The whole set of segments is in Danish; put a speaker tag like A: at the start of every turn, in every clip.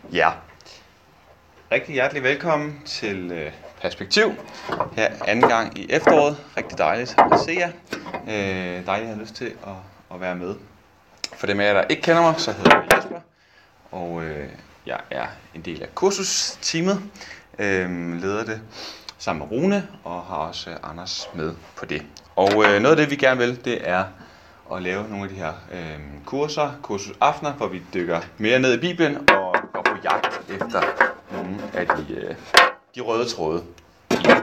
A: Ja, rigtig hjertelig velkommen til Perspektiv. Her anden gang i efteråret. Rigtig dejligt at se jer. Dejligt at have lyst til at være med. For dem af jer, der ikke kender mig, så hedder jeg Jesper. Og jeg er en del af kursusteamet. Leder det sammen med Rune og har også Anders med på det. Og noget af det, vi gerne vil, det er at lave nogle af de her kursusaftener, hvor vi dykker mere ned i Bibelen og går på jagt efter nogle af de røde tråde i Bibelen.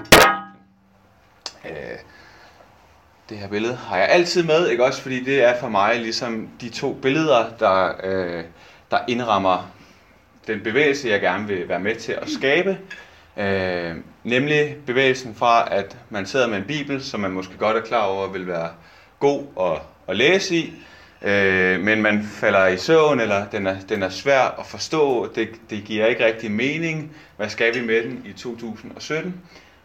A: Det her billede har jeg altid med, ikke også, fordi det er for mig ligesom de to billeder, der indrammer den bevægelse, jeg gerne vil være med til at skabe. Nemlig bevægelsen fra, at man sidder med en bibel, som man måske godt er klar over vil være god at læse i, men man falder i søvn, eller den er svær at forstå, det giver ikke rigtig mening, hvad skal vi med den i 2017?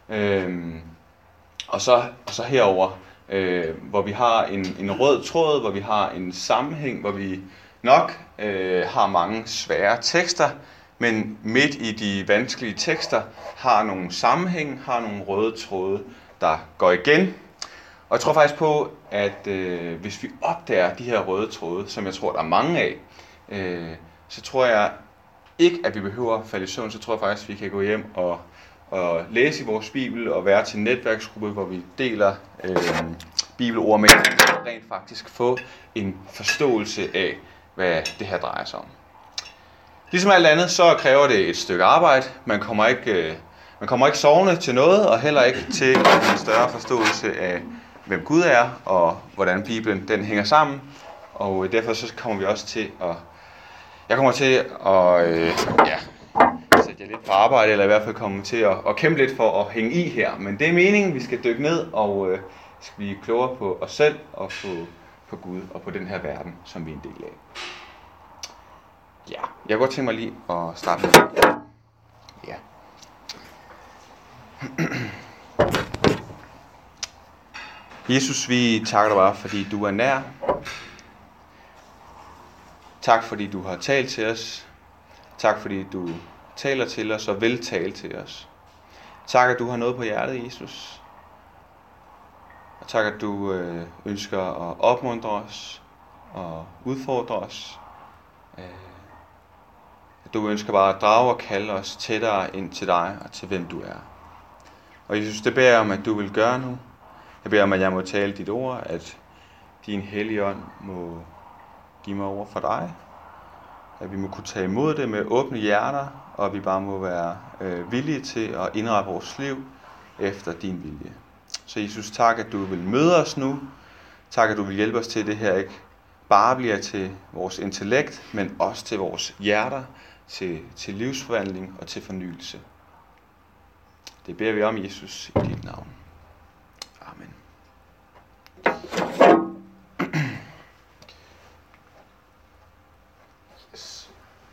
A: Og så herover, hvor vi har en rød tråd, hvor vi har en sammenhæng, hvor vi nok har mange svære tekster, men midt i de vanskelige tekster har nogle sammenhæng, har nogle røde tråde, der går igen. Og jeg tror faktisk på, at hvis vi opdager de her røde tråde, som jeg tror, der er mange af, så tror jeg ikke, at vi behøver at falde i søvn. Så tror jeg faktisk, at vi kan gå hjem og læse i vores bibel og være til en netværksgruppe, hvor vi deler bibelord med hinanden og rent faktisk få en forståelse af, hvad det her drejer sig om. Ligesom alt andet, så kræver det et stykke arbejde. Man kommer ikke sovende til noget, og heller ikke til en større forståelse af, hvem Gud er, og hvordan Bibelen den hænger sammen. Og derfor så kommer vi også til jeg kommer til at sætte jer lidt på arbejde, eller i hvert fald komme til at kæmpe lidt for at hænge i her. Men det er meningen, vi skal dykke ned og skal blive klogere på os selv, og på Gud, og på den her verden, som vi er en del af. Ja, jeg kunne godt tænke mig lige at starte med. Ja. Jesus, vi takker dig bare, fordi du er nær. Tak, fordi du har talt til os. Tak, fordi du taler til os og vil tale til os. Tak, at du har noget på hjertet, Jesus. Og tak, at du ønsker at opmuntre os og udfordre os. Du ønsker bare at drage og kalde os tættere ind til dig og til hvem du er. Og Jesus, det beder jeg om, at du vil gøre nu. Jeg beder om, at jeg må tale dit ord, at din hellige ånd må give mig ord for dig. At vi må kunne tage imod det med åbne hjerter, og at vi bare må være villige til at indrette vores liv efter din vilje. Så Jesus, tak, at du vil møde os nu. Tak, at du vil hjælpe os til, det her ikke bare bliver til vores intellekt, men også til vores hjerter, til livsforvandling og til fornyelse. Det beder vi om, Jesus, i dit navn. Amen. Yes.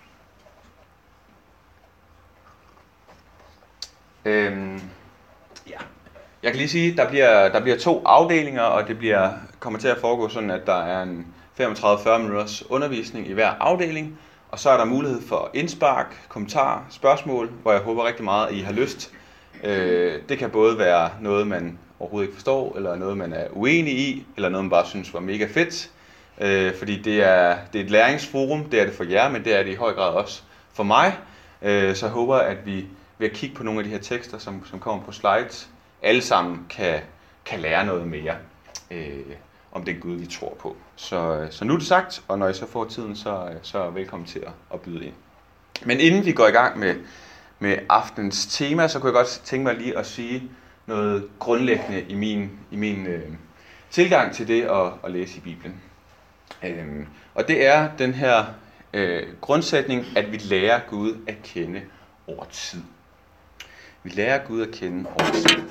A: Jeg kan lige sige, at der bliver 2 afdelinger, og det kommer til at foregå sådan, at der er en 35-40 minutters undervisning i hver afdeling. Og så er der mulighed for indspark, kommentarer, spørgsmål, hvor jeg håber rigtig meget, at I har lyst. Det kan både være noget, man overhovedet ikke forstår, eller noget, man er uenig i, eller noget, man bare synes var mega fedt. Fordi det er et læringsforum, det er det for jer, men det er det i høj grad også for mig. Så jeg håber, at vi ved at kigge på nogle af de her tekster, som kommer på slides, alle sammen kan lære noget mere om den Gud, vi tror på. Så nu er det sagt, og når I så får tiden, så er velkommen til at byde ind. Men inden vi går i gang med aftens tema, så kunne jeg godt tænke mig lige at sige noget grundlæggende i min tilgang til det at læse i Bibelen. Og det er den her grundsætning, at vi lærer Gud at kende over tid. Vi lærer Gud at kende over tid.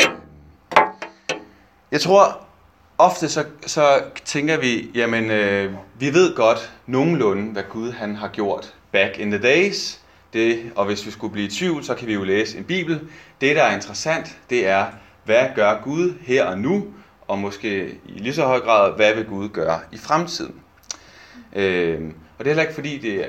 A: Jeg tror ofte så tænker vi, jamen vi ved godt nogenlunde, hvad Gud han har gjort back in the days. Og hvis vi skulle blive i tvivl, så kan vi jo læse en bibel. Det, der er interessant, det er, hvad gør Gud her og nu, og måske i lige så høj grad, hvad vil Gud gøre i fremtiden. Og det er heller ikke fordi, det er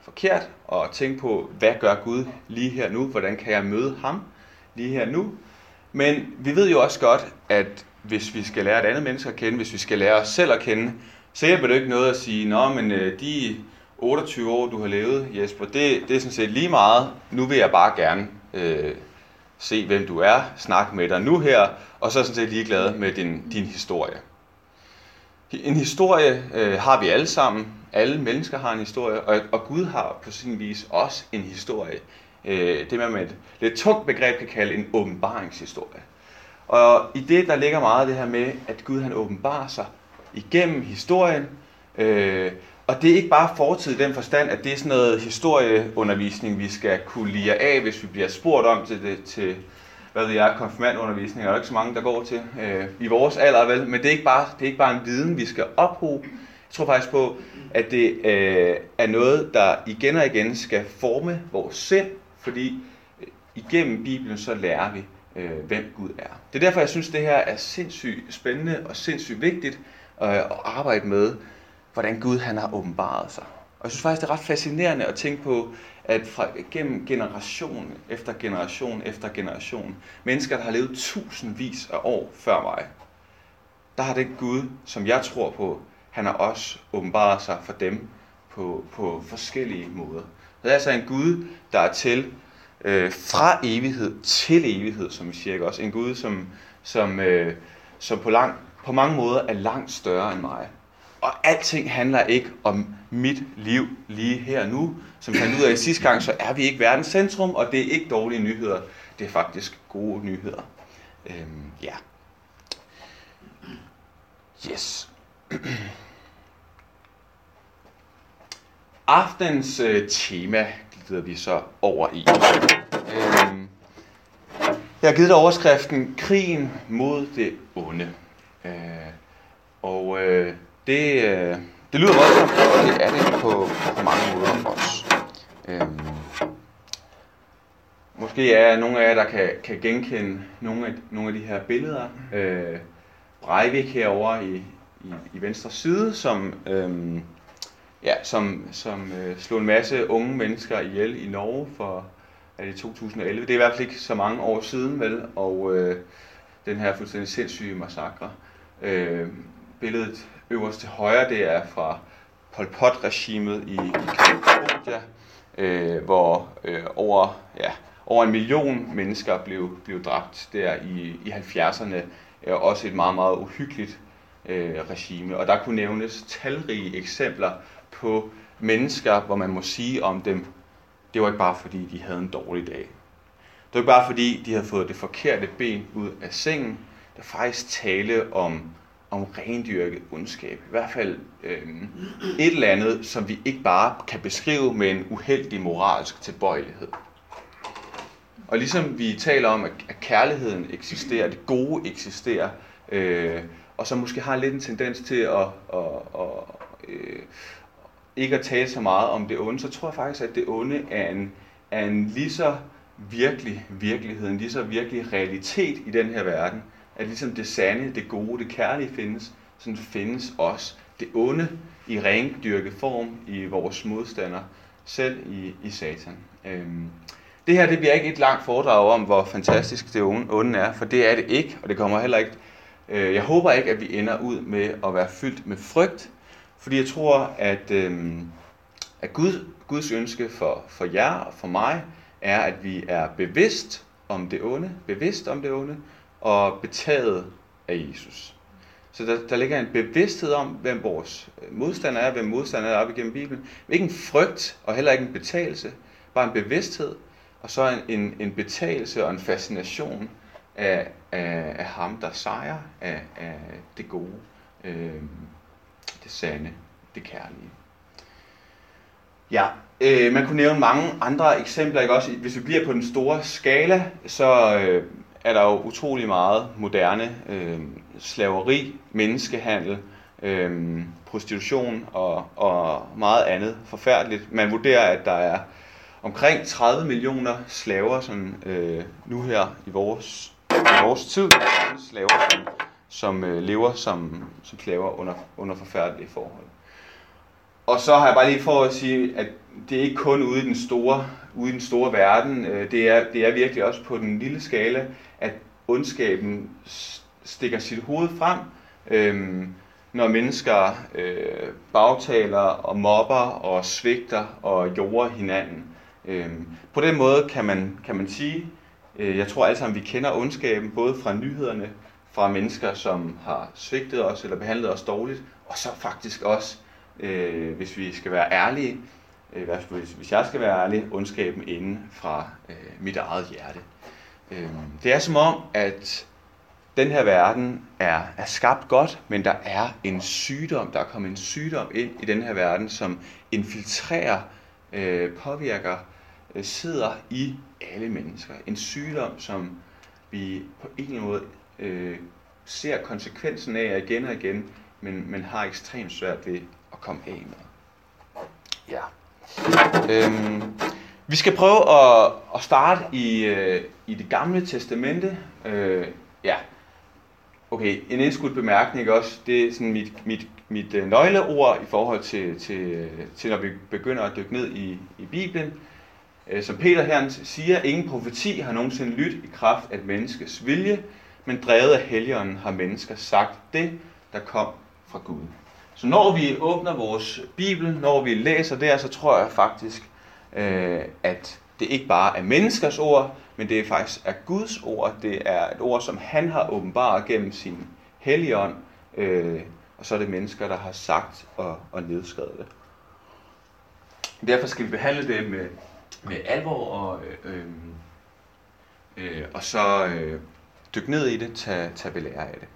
A: forkert, og tænke på, hvad gør Gud lige her nu? Hvordan kan jeg møde ham lige her nu? Men vi ved jo også godt, at hvis vi skal lære et andet menneske at kende, hvis vi skal lære os selv at kende, så hjælper det ikke noget at sige, nå, men de 28 år, du har levet, Jesper, det er sådan set lige meget. Nu vil jeg bare gerne se, hvem du er, snakke med dig nu her, og så er jeg sådan set ligeglad med din historie. En historie har vi alle sammen. Alle mennesker har en historie, og Gud har på sin vis også en historie. Det man med et lidt tungt begreb kan kalde en åbenbaringshistorie. Og i det, der ligger meget det her med, at Gud han åbenbarer sig igennem historien. Og det er ikke bare fortid i den forstand, at det er sådan noget historieundervisning, vi skal kunne lide af, hvis vi bliver spurgt om til hvad ved jeg, konfirmandundervisning, er der ikke så mange, der går til i vores alder, vel? Men det er ikke bare en viden, vi skal ophobe. Jeg tror faktisk på, at det er noget, der igen og igen skal forme vores sind, fordi igennem Bibelen så lærer vi, hvem Gud er. Det er derfor, jeg synes, det her er sindssygt spændende og sindssygt vigtigt at arbejde med, hvordan Gud han har åbenbaret sig. Og jeg synes faktisk, det er ret fascinerende at tænke på, at gennem generation efter generation efter generation, mennesker, der har levet tusindvis af år før mig, der har den Gud, som jeg tror på, han har også åbenbaret sig for dem på forskellige måder. Det er altså en Gud, der er til fra evighed til evighed, som vi siger også. En Gud, som på mange måder er langt større end mig. Og alting handler ikke om mit liv lige her nu. Som vi fandt ud af i sidste gang, så er vi ikke verdens centrum, og det er ikke dårlige nyheder. Det er faktisk gode nyheder. Ja. Yes. Aftens tema glider vi så over i. Jeg har givet dig overskriften Krigen mod det onde. Det lyder voldsomt, og det er det på mange måder også. Måske er nogle af jer, der kan genkende nogle af de her billeder. Breivik herovre i venstre side, som slog en masse unge mennesker ihjel i Norge for 2011. Det er i hvert fald ikke så mange år siden, vel? Og den her fuldstændig sindssyge massakre. Billedet øverst til højre, det er fra Pol Pot-regimet i Kambodja, hvor over 1 million mennesker blev dræbt der i 70'erne. Også et meget, meget uhyggeligt regime. Og der kunne nævnes talrige eksempler på mennesker, hvor man må sige om dem, det var ikke bare fordi, de havde en dårlig dag. Det var ikke bare fordi, de havde fået det forkerte ben ud af sengen. Der er faktisk tale om rendyrket ondskab. I hvert fald et eller andet, som vi ikke bare kan beskrive med en uheldig moralsk tilbøjelighed. Og ligesom vi taler om, at kærligheden eksisterer, det gode eksisterer, og så måske har lidt en tendens til ikke at tale så meget om det onde, så tror jeg faktisk, at det onde er en lige så virkelig virkelighed, en lige så virkelig realitet i den her verden, at ligesom det sande, det gode, det kærlige findes, så findes også det onde i rendyrket form i vores modstander, selv i Satan. Det her, det bliver ikke et langt foredrag om, hvor fantastisk det onde er, for det er det ikke, og det kommer heller ikke. Jeg håber ikke, at vi ender ud med at være fyldt med frygt, fordi jeg tror, at Guds ønske for jer og for mig, er, at vi er bevidst om det onde, og betaget af Jesus. Så der ligger en bevidsthed om, hvem vores modstander er, hvem modstander er op igennem Bibelen. Ikke en frygt, og heller ikke en betagelse, bare en bevidsthed, og så en betagelse og en fascination af ham, der sejrer, af det gode, det sande, det kærlige. Ja, man kunne nævne mange andre eksempler, ikke også? Hvis vi bliver på den store skala, så er der jo utrolig meget moderne slaveri, menneskehandel, prostitution og meget andet forfærdeligt. Man vurderer, at der er omkring 30 millioner slaver sådan, nu her i vores tid, slaver, som lever som slaver under forfærdelige forhold. Og så har jeg bare lige for at sige, at det er ikke kun ude i den store verden. Det er virkelig også på den lille skala, at ondskaben stikker sit hoved frem, når mennesker bagtaler og mobber og svigter og jorder hinanden. På den måde kan man sige, jeg tror alle sammen, vi kender ondskaben, både fra nyhederne, fra mennesker, som har svigtet os eller behandlet os dårligt, og så faktisk også, hvis vi skal være ærlige, hvis jeg skal være ærlig, ondskaben inde fra mit eget hjerte. Det er som om, at den her verden er skabt godt, men der er en sygdom, der er kommet en sygdom ind i den her verden, som infiltrerer, påvirker, sidder i alle mennesker. En sygdom, som vi på en eller anden måde ser konsekvensen af igen og igen, men har ekstremt svært ved at komme af med. Ja. Vi skal prøve at starte i det gamle testamente. Ja. Okay, en indskudt bemærkning også. Det er sådan mit nøgleord i forhold til når vi begynder at dykke ned i Bibelen. Som Peter her siger, ingen profeti har nogensinde lydt i kraft af et menneskes vilje, men drevet af Helligånden har mennesker sagt det, der kom fra Gud. Så når vi åbner vores Bibel, når vi læser der, så tror jeg faktisk, at det ikke bare er menneskers ord, men det er faktisk er Guds ord. Det er et ord, som han har åbenbaret gennem sin Helligånd, og så er det mennesker, der har sagt og nedskrevet det. Derfor skal vi behandle det med alvor og så dykke ned i det, tage ved lære af det.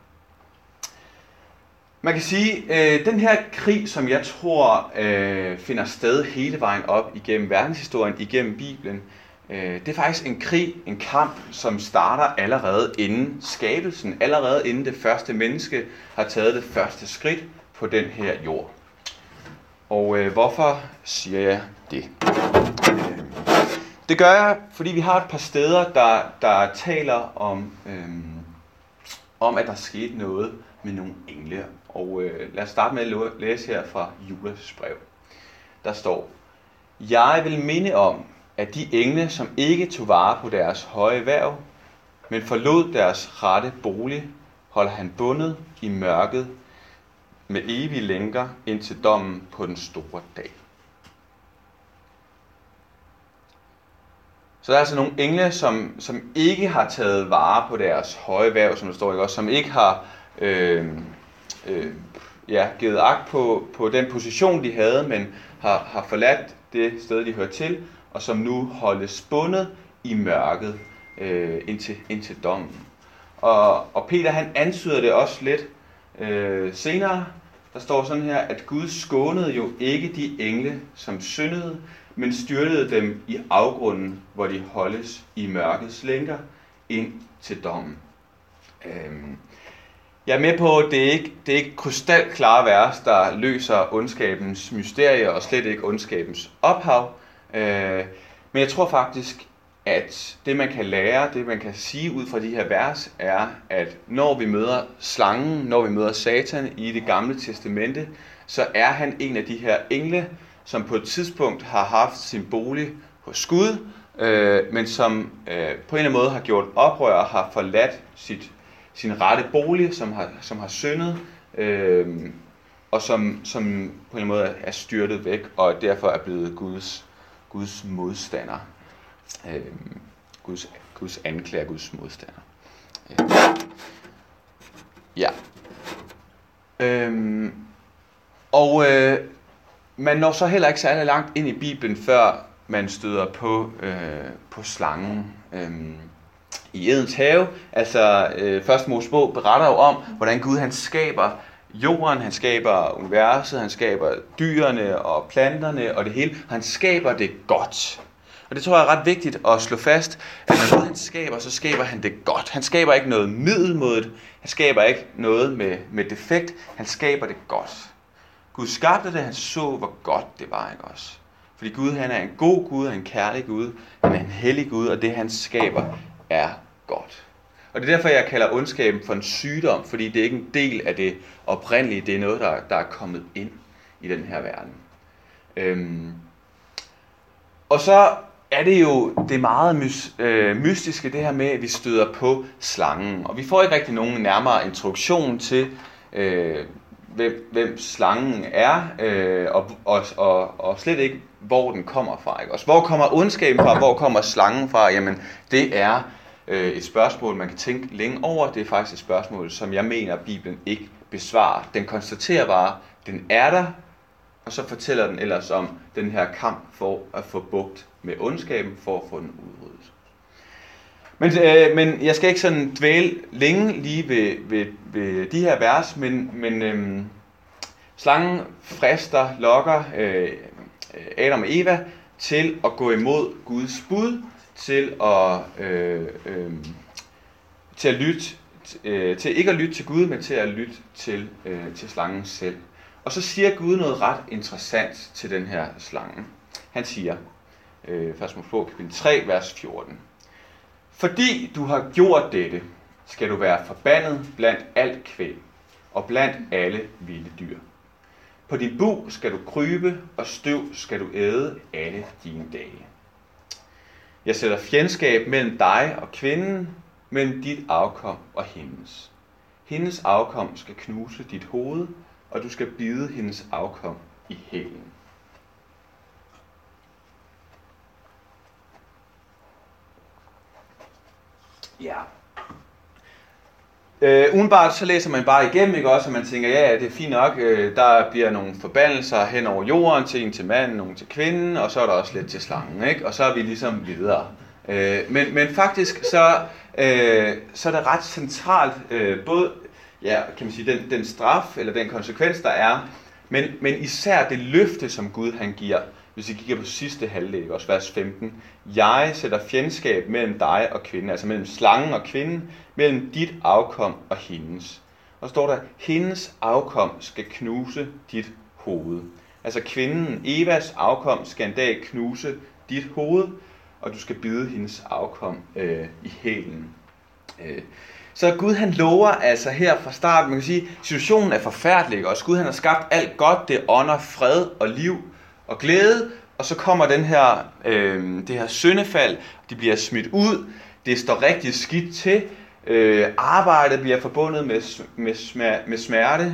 A: Man kan sige, den her krig, som jeg tror finder sted hele vejen op igennem verdenshistorien, igennem Bibelen, det er faktisk en krig, en kamp, som starter allerede inden skabelsen, allerede inden det første menneske har taget det første skridt på den her jord. Og hvorfor siger jeg det? Det gør jeg, fordi vi har et par steder, der taler om, at der skete noget med nogle engle. Og lad os starte med at læse her fra Judas brev. Der står: Jeg vil minde om, at de engle, som ikke tog vare på deres høje hverv, men forlod deres rette bolig, holder han bundet i mørket med evige lænker indtil dommen på den store dag. Så der er altså nogle engle, som ikke har taget vare på deres høje hverv, som der står, ikke også, som ikke har givet agt på den position, de havde, men har forladt det sted, de hører til, og som nu holdes bundet i mørket indtil dommen. Og Peter, han antyder det også lidt senere. Der står sådan her, at Gud skånede jo ikke de engle, som syndede, men styrtede dem i afgrunden, hvor de holdes i mørkets lænker ind til dommen. Jeg er med på, at det er ikke krystalklare vers, der løser ondskabens mysterier og slet ikke ondskabens ophav. Men jeg tror faktisk, at det man kan lære, det man kan sige ud fra de her vers, er, at når vi møder slangen, når vi møder Satan i det gamle testamente, så er han en af de her engle, som på et tidspunkt har haft sin bolig hos Gud, men som på en eller anden måde har gjort oprør og har forladt sin rette bolig, som har syndet, og som på en eller anden måde er styrtet væk, og derfor er blevet Guds modstander. Guds anklager, Guds modstander. Ja. Man når så heller ikke særlig langt ind i Bibelen, før man støder på slangen. I Edens have, altså Første Mosebog beretter jo om, hvordan Gud han skaber jorden, han skaber universet, han skaber dyrene og planterne og det hele. Han skaber det godt. Og det tror jeg er ret vigtigt at slå fast, at når Gud han skaber, så skaber han det godt. Han skaber ikke noget middelmådigt, han skaber ikke noget med defekt, han skaber det godt. Gud skabte det, han så, hvor godt det var, ikke også? Fordi Gud han er en god Gud, han er en kærlig Gud, han er en hellig Gud, og det han skaber er godt. Og det er derfor, jeg kalder ondskaben for en sygdom, fordi det er ikke en del af det oprindelige, det er noget, der er kommet ind i den her verden. Og så er det jo det meget mystiske, det her med, at vi støder på slangen. Og vi får ikke rigtig nogen nærmere introduktion til, hvem slangen er, og slet ikke, hvor den kommer fra. Ikke? Også, hvor kommer ondskaben fra? Hvor kommer slangen fra? Jamen, det er et spørgsmål, man kan tænke længe over. Det er faktisk et spørgsmål, som jeg mener, Bibelen ikke besvarer. Den konstaterer bare, den er der, og så fortæller den ellers om den her kamp for at få bugt med ondskaben, for at få den udryddet. Men jeg skal ikke sådan dvæle længe lige ved de her vers, men slangen frister, lokker Adam og Eva til at gå imod Guds bud, til ikke at lytte til Gud, men til at lytte til slangen selv. Og så siger Gud noget ret interessant til den her slange. Han siger, 1. Mosebog kapitel 3, vers 14. Fordi du har gjort dette, skal du være forbandet blandt alt kvæg og blandt alle vilde dyr. På din bug skal du krybe, og støv skal du æde alle dine dage. Jeg sætter fjendskab mellem dig og kvinden, mellem dit afkom og hendes. Hendes afkom skal knuse dit hoved, og du skal bide hendes afkom i hælen. Ja. Udenbart så læser man bare igennem, ikke også, og man tænker, ja, det er fint nok, der bliver nogle forbandelser hen over jorden, til en til manden, nogle til kvinden, og så er der også lidt til slangen, ikke? Og så er vi ligesom videre. Men faktisk så er det ret centralt, både, ja, kan man sige, den straf, eller den konsekvens, der er, men især det løfte, som Gud han giver, hvis vi kigger på sidste halvdel, også vers 15. Jeg sætter fjendskab mellem dig og kvinden, altså mellem slangen og kvinden, mellem dit afkom og hendes. Og så står der, hendes afkom skal knuse dit hoved. Altså kvinden, Evas afkom, skal en dag knuse dit hoved, og du skal bide hendes afkom i hælen. Så Gud han lover altså her fra start, man kan sige, situationen er forfærdelig, og Gud han har skabt alt godt, det ånder fred og liv og glæde, og så kommer det her syndefald, de bliver smidt ud, det står rigtig skidt til, arbejdet bliver forbundet med smerte,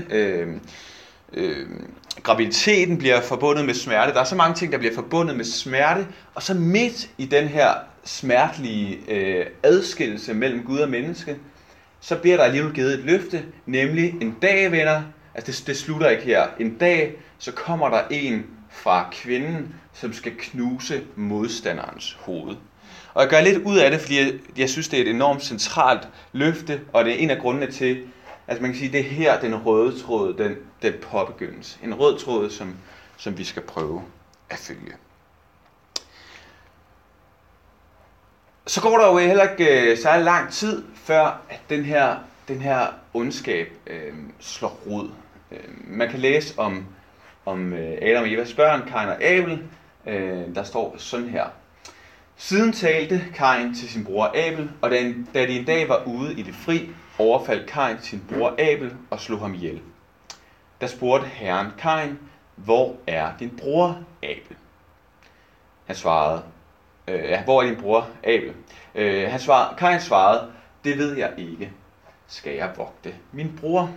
A: graviditeten bliver forbundet med smerte, der er så mange ting, der bliver forbundet med smerte, og så midt i den her smertelige adskillelse mellem Gud og menneske, så bliver der alligevel givet et løfte, nemlig en dag, venner, altså det slutter ikke her, en dag, så kommer der en fra kvinden, som skal knuse modstanderens hoved. Og jeg gør lidt ud af det, fordi jeg synes, det er et enormt centralt løfte, og det er en af grundene til, altså man kan sige, det er her, den røde tråd, den påbegyndes. En rød tråd, som vi skal prøve at følge. Så går der jo heller ikke særlig lang tid, før at den her ondskab slår rod. Man kan læse om Adam og Evas børn, Kain og Abel. Der står sådan her. Siden talte Kain til sin bror Abel, og da de en dag var ude i det fri, overfaldt Kain sin bror Abel og slog ham ihjel. Der spurgte Herren Kain, hvor er din bror Abel? Han svarede, hvor er din bror Abel? Kain svarede, det ved jeg ikke. Skal jeg vogte min bror?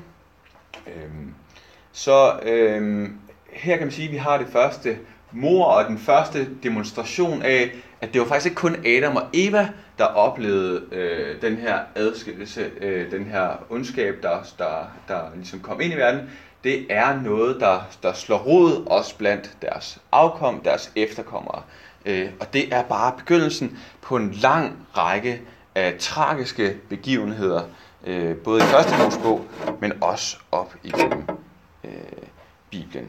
A: Her kan man sige, at vi har det første mord og den første demonstration af, at det var faktisk ikke kun Adam og Eva, der oplevede den her adskillelse, den her ondskab, der ligesom kom ind i verden. Det er noget, der slår rod også blandt deres afkom, deres efterkommere. Og det er bare begyndelsen på en lang række af tragiske begivenheder, både i første Mosebog, men også op igennem Bibelen.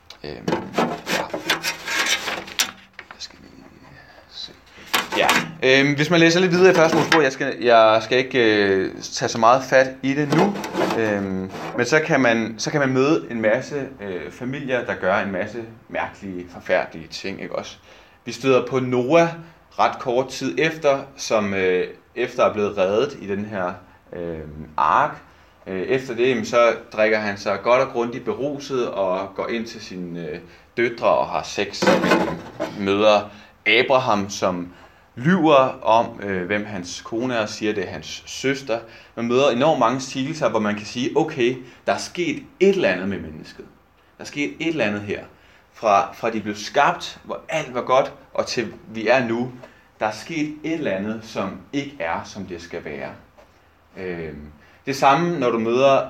A: Hvis man læser lidt videre i første Mosebog, jeg skal ikke tage så meget fat i det nu, men så kan man møde en masse familier, der gør en masse mærkelige, forfærdelige ting, ikke også? Vi støder på Noah ret kort tid efter, som efter er blevet reddet i den her ark. Efter det, så drikker han sig godt og grundigt beruset og går ind til sine døtre og har sex, møder Abraham, som lyver om, hvem hans kone er, og siger, det er hans søster. Man møder enormt mange skikkelser, hvor man kan sige, okay, der er sket et eller andet med mennesket. Der er sket et eller andet her. Fra de blev skabt, hvor alt var godt, og til vi er nu, der er sket et eller andet, som ikke er, som det skal være. Det samme, når du møder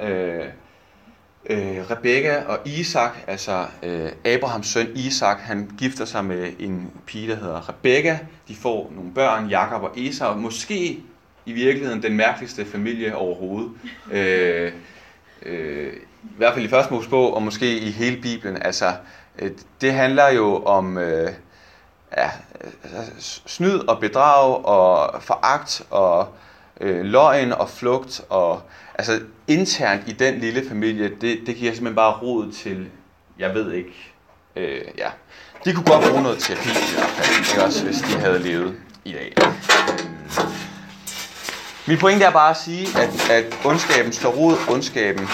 A: Rebekka og Isak, altså Abrahams søn Isak, han gifter sig med en pige, der hedder Rebekka. De får nogle børn, Jakob og Esau. Måske i virkeligheden den mærkeligste familie overhovedet. I hvert fald i Første Mosebog, og måske i hele Bibelen. Altså, det handler jo om snyd og bedrag og foragt og løgn og flugt. Og altså internt i den lille familie, det giver simpelthen bare rod til, jeg ved ikke, de kunne godt bruge noget terapi i hvert fald, ikke også, hvis de havde levet i dag. Min pointe er bare at sige, at ondskaben slår rod, ondskaben,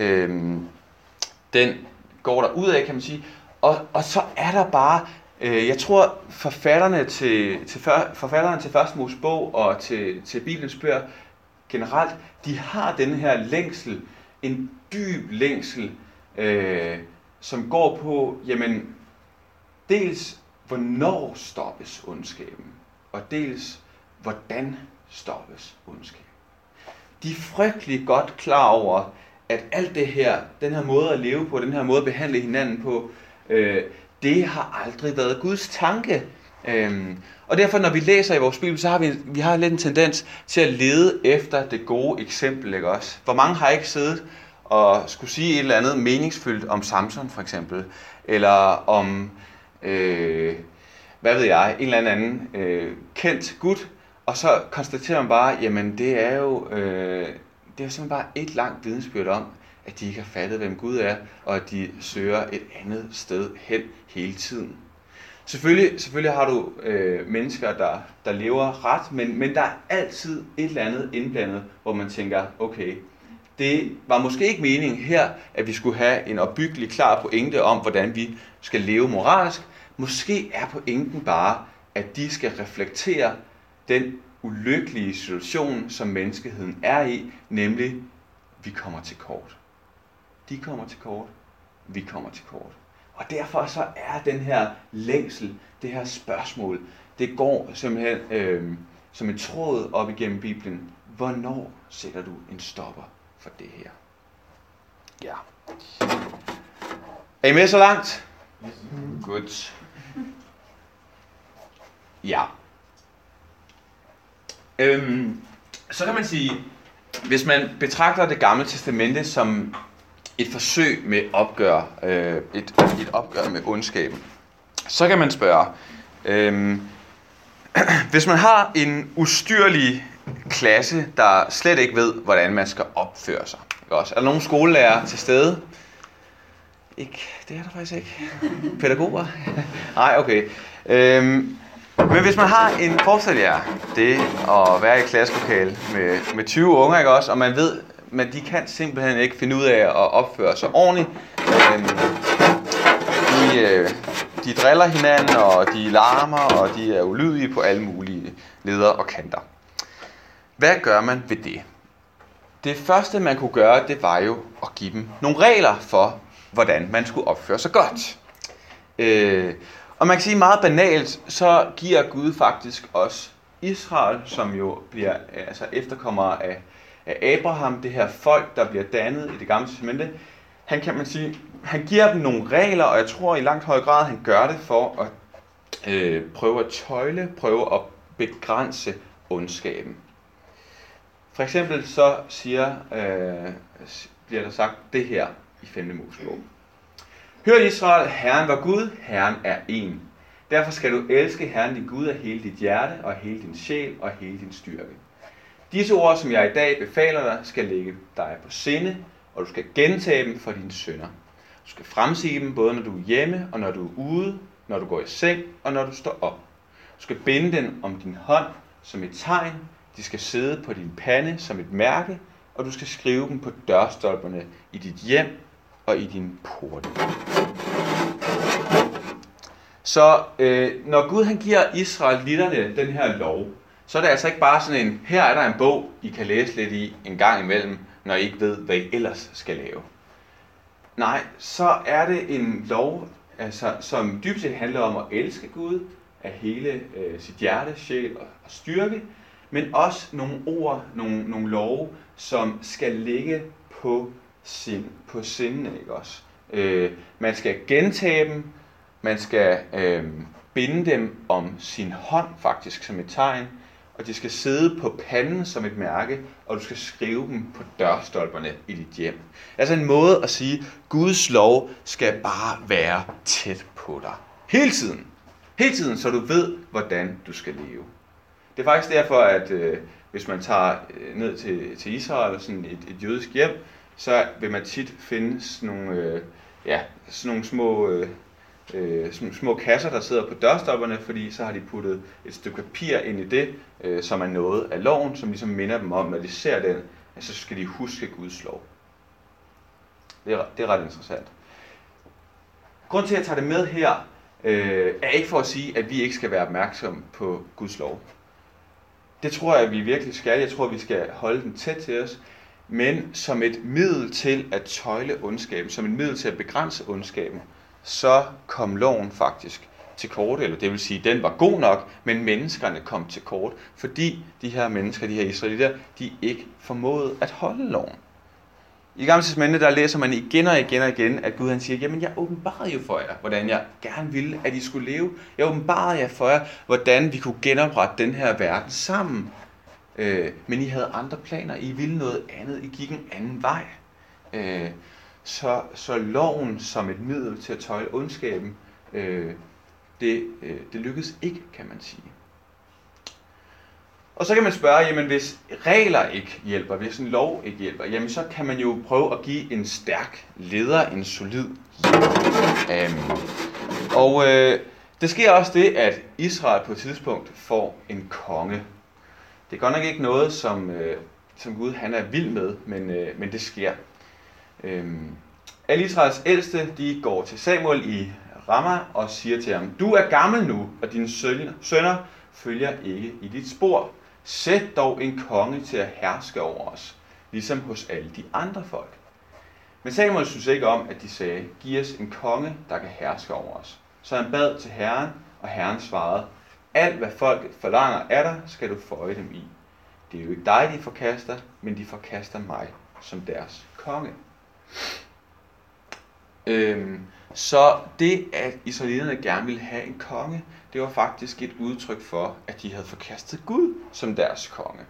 A: den går der ud af, kan man sige. Og så er der bare, jeg tror forfatterne til Første Mosebog og til Bibelens bøger generelt, de har den her længsel, en dyb længsel, som går på, jamen, dels hvornår stoppes ondskaben, og dels hvordan stoppes ondskaben. De er frygtelig godt klar over, at alt det her, den her måde at leve på, den her måde at behandle hinanden på, det har aldrig været Guds tanke. Og derfor, når vi læser i vores Bibel, så har vi har lidt en tendens til at lede efter det gode eksempel, ikke også? Hvor mange har ikke siddet og skulle sige et eller andet meningsfyldt om Samson for eksempel, eller om, hvad ved jeg, en eller anden kendt gut, og så konstaterer man bare, jamen det er jo simpelthen bare et langt vidensbyrd om, at de ikke har fattet, hvem Gud er, og at de søger et andet sted hen hele tiden. Selvfølgelig har du mennesker, der lever ret, men der er altid et eller andet indblandet, hvor man tænker, okay, det var måske ikke meningen her, at vi skulle have en opbyggelig klar pointe om, hvordan vi skal leve moralsk. Måske er pointen bare, at de skal reflektere den ulykkelige situation, som menneskeheden er i, nemlig, vi kommer til kort. De kommer til kort, vi kommer til kort. Og derfor så er den her længsel, det her spørgsmål, det går simpelthen som en tråd op igennem Bibelen. Hvornår sætter du en stopper for det her? Ja. Er I med så langt? Godt. Ja. Så kan man sige, hvis man betragter Det Gamle Testamente som et forsøg med et opgør med ondskaben, så kan man spørge, hvis man har en ustyrlig klasse, der slet ikke ved, hvordan man skal opføre sig. Ikke også? Er der nogle skolelærer til stede? Ikke, det er der faktisk ikke. Pædagoger? Nej, okay. Men hvis man har en forestilling det at være i et klasselokale med 20 unger, ikke også, og man ved, men de kan simpelthen ikke finde ud af at opføre sig ordentligt. De driller hinanden, og de larmer, og de er ulydige på alle mulige leder og kanter. Hvad gør man ved det? Det første, man kunne gøre, det var jo at give dem nogle regler for, hvordan man skulle opføre sig godt. Og man kan sige meget banalt, så giver Gud faktisk også Israel, som jo bliver efterkommere af Abraham, det her folk, der bliver dannet i Det Gamle Testamente, han giver dem nogle regler, og jeg tror i langt høj grad, han gør det for at prøve at prøve at begrænse ondskaben. For eksempel så bliver der sagt det her i 5. Mosebog. Hør Israel, Herren var Gud, Herren er én. Derfor skal du elske Herren din Gud af hele dit hjerte, og hele din sjæl, og hele din styrke. Disse ord, som jeg i dag befaler dig, skal ligge dig på sinde, og du skal gentage dem for dine synder. Du skal fremsige dem, både når du er hjemme, og når du er ude, når du går i seng, og når du står op. Du skal binde dem om din hånd som et tegn. De skal sidde på din pande som et mærke, og du skal skrive dem på dørstolperne i dit hjem og i din porte. Så når Gud han giver israelitterne den her lov, så er det altså ikke bare sådan en, her er der en bog, I kan læse lidt i en gang imellem, når I ikke ved, hvad I ellers skal lave. Nej, så er det en lov, altså, som dybest set handler om at elske Gud af hele sit hjerte, sjæl og styrke, men også nogle ord, nogle love, som skal ligge på sinden, ikke også? Man skal gentage dem, man skal binde dem om sin hånd faktisk som et tegn, og de skal sidde på panden som et mærke, og du skal skrive dem på dørstolperne i dit hjem. Altså en måde at sige, Guds lov skal bare være tæt på dig. Hele tiden. Hele tiden, så du ved, hvordan du skal leve. Det er faktisk derfor, at hvis man tager ned til Israel, sådan et jødisk hjem, så vil man tit finde sådan nogle små kasser, der sidder på dørstopperne, fordi så har de puttet et stykke papir ind i det, som er noget af loven, som ligesom minder dem om, når de ser den, så skal de huske Guds lov. Det er ret interessant. Grunden til, at jeg tager det med her, er ikke for at sige, at vi ikke skal være opmærksomme på Guds lov. Det tror jeg, at vi virkelig skal. Jeg tror, at vi skal holde den tæt til os, men som et middel til at tøjle ondskaben, som et middel til at begrænse ondskaben, så kom loven faktisk til kort, eller det vil sige, den var god nok, men menneskerne kom til kort, fordi de her mennesker, de her israelitter, de ikke formåede at holde loven. I Gamle Testamente, der læser man igen og igen, at Gud han siger, jamen jeg åbenbarede jo for jer, hvordan jeg gerne ville, at I skulle leve. Jeg åbenbarede jer for jer, hvordan vi kunne genoprette den her verden sammen. Men I havde andre planer, I ville noget andet, I gik en anden vej. Så loven som et middel til at tøjle ondskaben, det lykkedes ikke, kan man sige. Og så kan man spørge, jamen hvis regler ikke hjælper, hvis en lov ikke hjælper, jamen så kan man jo prøve at give en stærk leder, en solid det sker også det, at Israel på et tidspunkt får en konge. Det er godt nok ikke noget, som Gud han er vild med, men det sker. Alle Israels ældste, de går til Samuel i Ramah og siger til ham, du er gammel nu, og dine sønner følger ikke i dit spor. Sæt dog en konge til at herske over os, ligesom hos alle de andre folk. Men Samuel synes ikke om, at de sagde, giv os en konge, der kan herske over os. Så han bad til Herren, og Herren svarede, alt hvad folket forlanger af dig, skal du føje dem i. Det er jo ikke dig, de forkaster, men de forkaster mig som deres konge. Så det, at israelitterne gerne ville have en konge, det var faktisk et udtryk for, at de havde forkastet Gud som deres konge.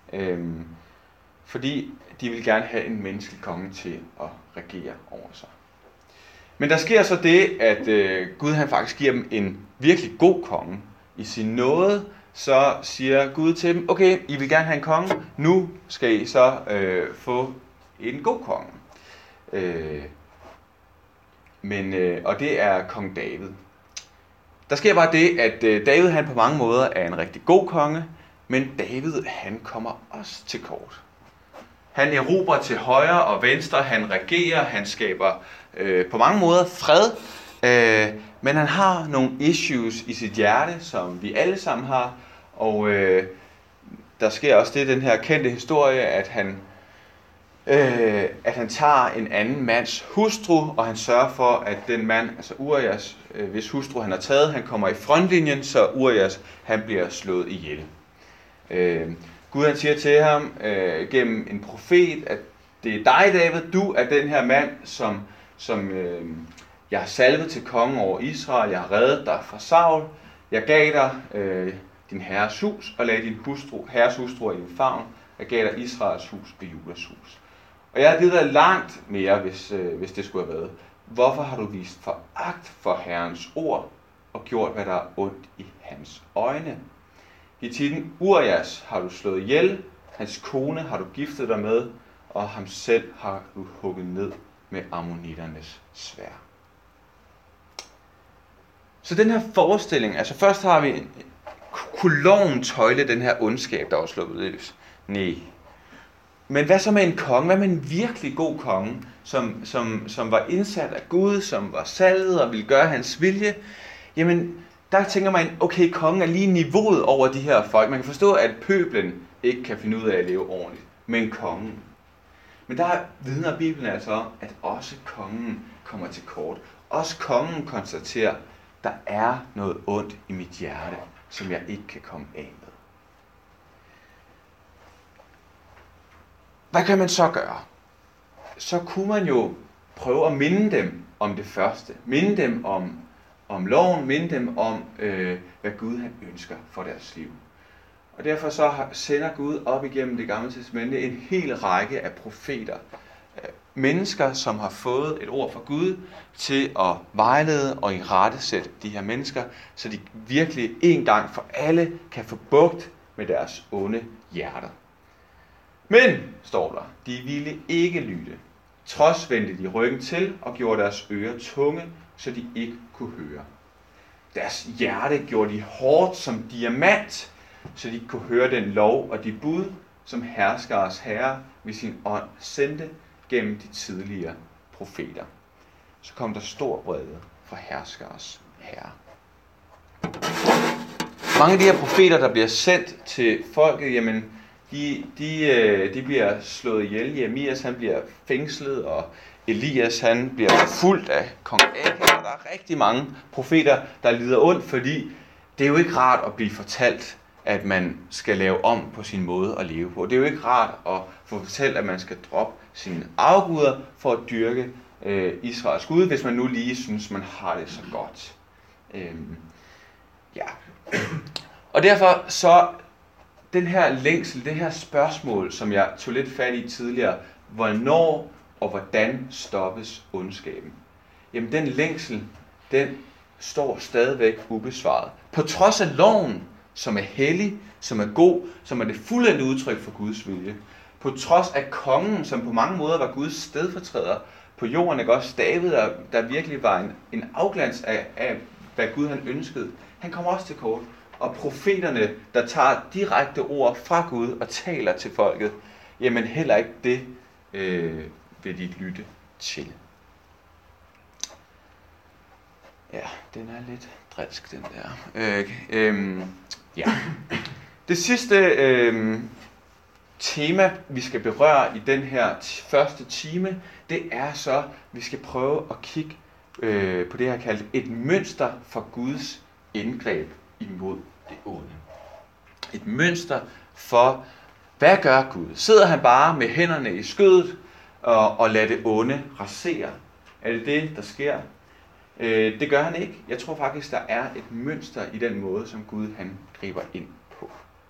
A: Fordi de ville gerne have en menneskelig konge til at regere over sig. Men der sker så det, at Gud han faktisk giver dem en virkelig god konge. I sin nåde, så siger Gud til dem, okay, I vil gerne have en konge, nu skal I så få en god konge. Og det er kong David. Der sker bare det, at David han på mange måder er en rigtig god konge, men David han kommer også til kort. Han erobrer til højre og venstre, han regerer, han skaber på mange måder fred, men han har nogle issues i sit hjerte, som vi alle sammen har, og der sker også det, den her kendte historie, at han tager en anden mands hustru, og han sørger for, at den mand, altså Urias, hvis hustru han har taget, han kommer i frontlinjen, så Urias han bliver slået ihjel. Gud han siger til ham gennem en profet, at det er dig, David, du er den her mand, som jeg har salvet til kongen over Israel, jeg har reddet dig fra Saul, jeg gav dig din herres hus, og lagde din herres hustru i din favn, jeg gav dig Israels hus og Judas hus. Og jeg har givet dig langt mere, hvis det skulle have været. Hvorfor har du vist foragt for Herrens ord, og gjort, hvad der er ondt i hans øjne? Hittitten Urias har du slået ihjel, hans kone har du giftet dig med, og ham selv har du hugget ned med ammonitternes sværd. Så den her forestilling, altså først har vi, kunne loven tøjle den her ondskab, der var sluppet løs? Nej. Men hvad så med en konge? Hvad med en virkelig god konge, som var indsat af Gud, som var salvet og ville gøre hans vilje? jamen der tænker man, okay, kongen er lige niveauet over de her folk. Man kan forstå, at pøblen ikke kan finde ud af at leve ordentligt, men kongen. Men der vidner Bibelen altså om, at også kongen kommer til kort. Også kongen konstaterer, der er noget ondt i mit hjerte, som jeg ikke kan komme af med. Hvad kan man så gøre? Så kunne man jo prøve at minde dem om det første. Minde dem om loven, minde dem om, hvad Gud han ønsker for deres liv. Og derfor så sender Gud op igennem det gamle testamente en hel række af profeter. Mennesker, som har fået et ord fra Gud til at vejlede og irettesætte de her mennesker, så de virkelig en gang for alle kan få bugt med deres onde hjerter. Men, står der, de ville ikke lytte. Trods vendte de ryggen til og gjorde deres ører tunge, så de ikke kunne høre. Deres hjerte gjorde de hårdt som diamant, så de ikke kunne høre den lov og de bud, som herskers herre ved sin ånd sendte gennem de tidligere profeter. Så kom der stor vrede fra herskers herre. Mange af de her profeter, der bliver sendt til folket, jamen, de bliver slået ihjel. Jeremias, han bliver fængslet, og Elias, han bliver forfulgt af kong Ahab. Og der er rigtig mange profeter, der lider ondt, fordi det er jo ikke rart at blive fortalt, at man skal lave om på sin måde at leve på. Det er jo ikke rart at få fortalt, at man skal droppe sine afguder for at dyrke Israels Gud, hvis man nu lige synes, man har det så godt. Ja. Og derfor så den her længsel, det her spørgsmål, som jeg tog lidt fat i tidligere, hvornår og hvordan stoppes ondskaben? Jamen den længsel, den står stadigvæk ubesvaret. På trods af loven, som er hellig, som er god, som er det fuldendte udtryk for Guds vilje. På trods af kongen, som på mange måder var Guds stedfortræder på jorden, ikke også? David, der virkelig var en afglans af, hvad Gud han ønskede. Han kommer også til kort. Og profeterne, der tager direkte ord fra Gud og taler til folket, jamen heller ikke det vil de lytte til. Ja, den er lidt drilsk, den der. Ja. Det sidste tema, vi skal berøre i den her første time, det er så, vi skal prøve at kigge på det her kaldt et mønster for Guds indgreb imod det onde. Et mønster for, hvad gør Gud? Sidder han bare med hænderne i skødet og lader det onde rasere? Er det det, der sker? Det gør han ikke. Jeg tror faktisk, der er et mønster i den måde, som Gud han griber ind på.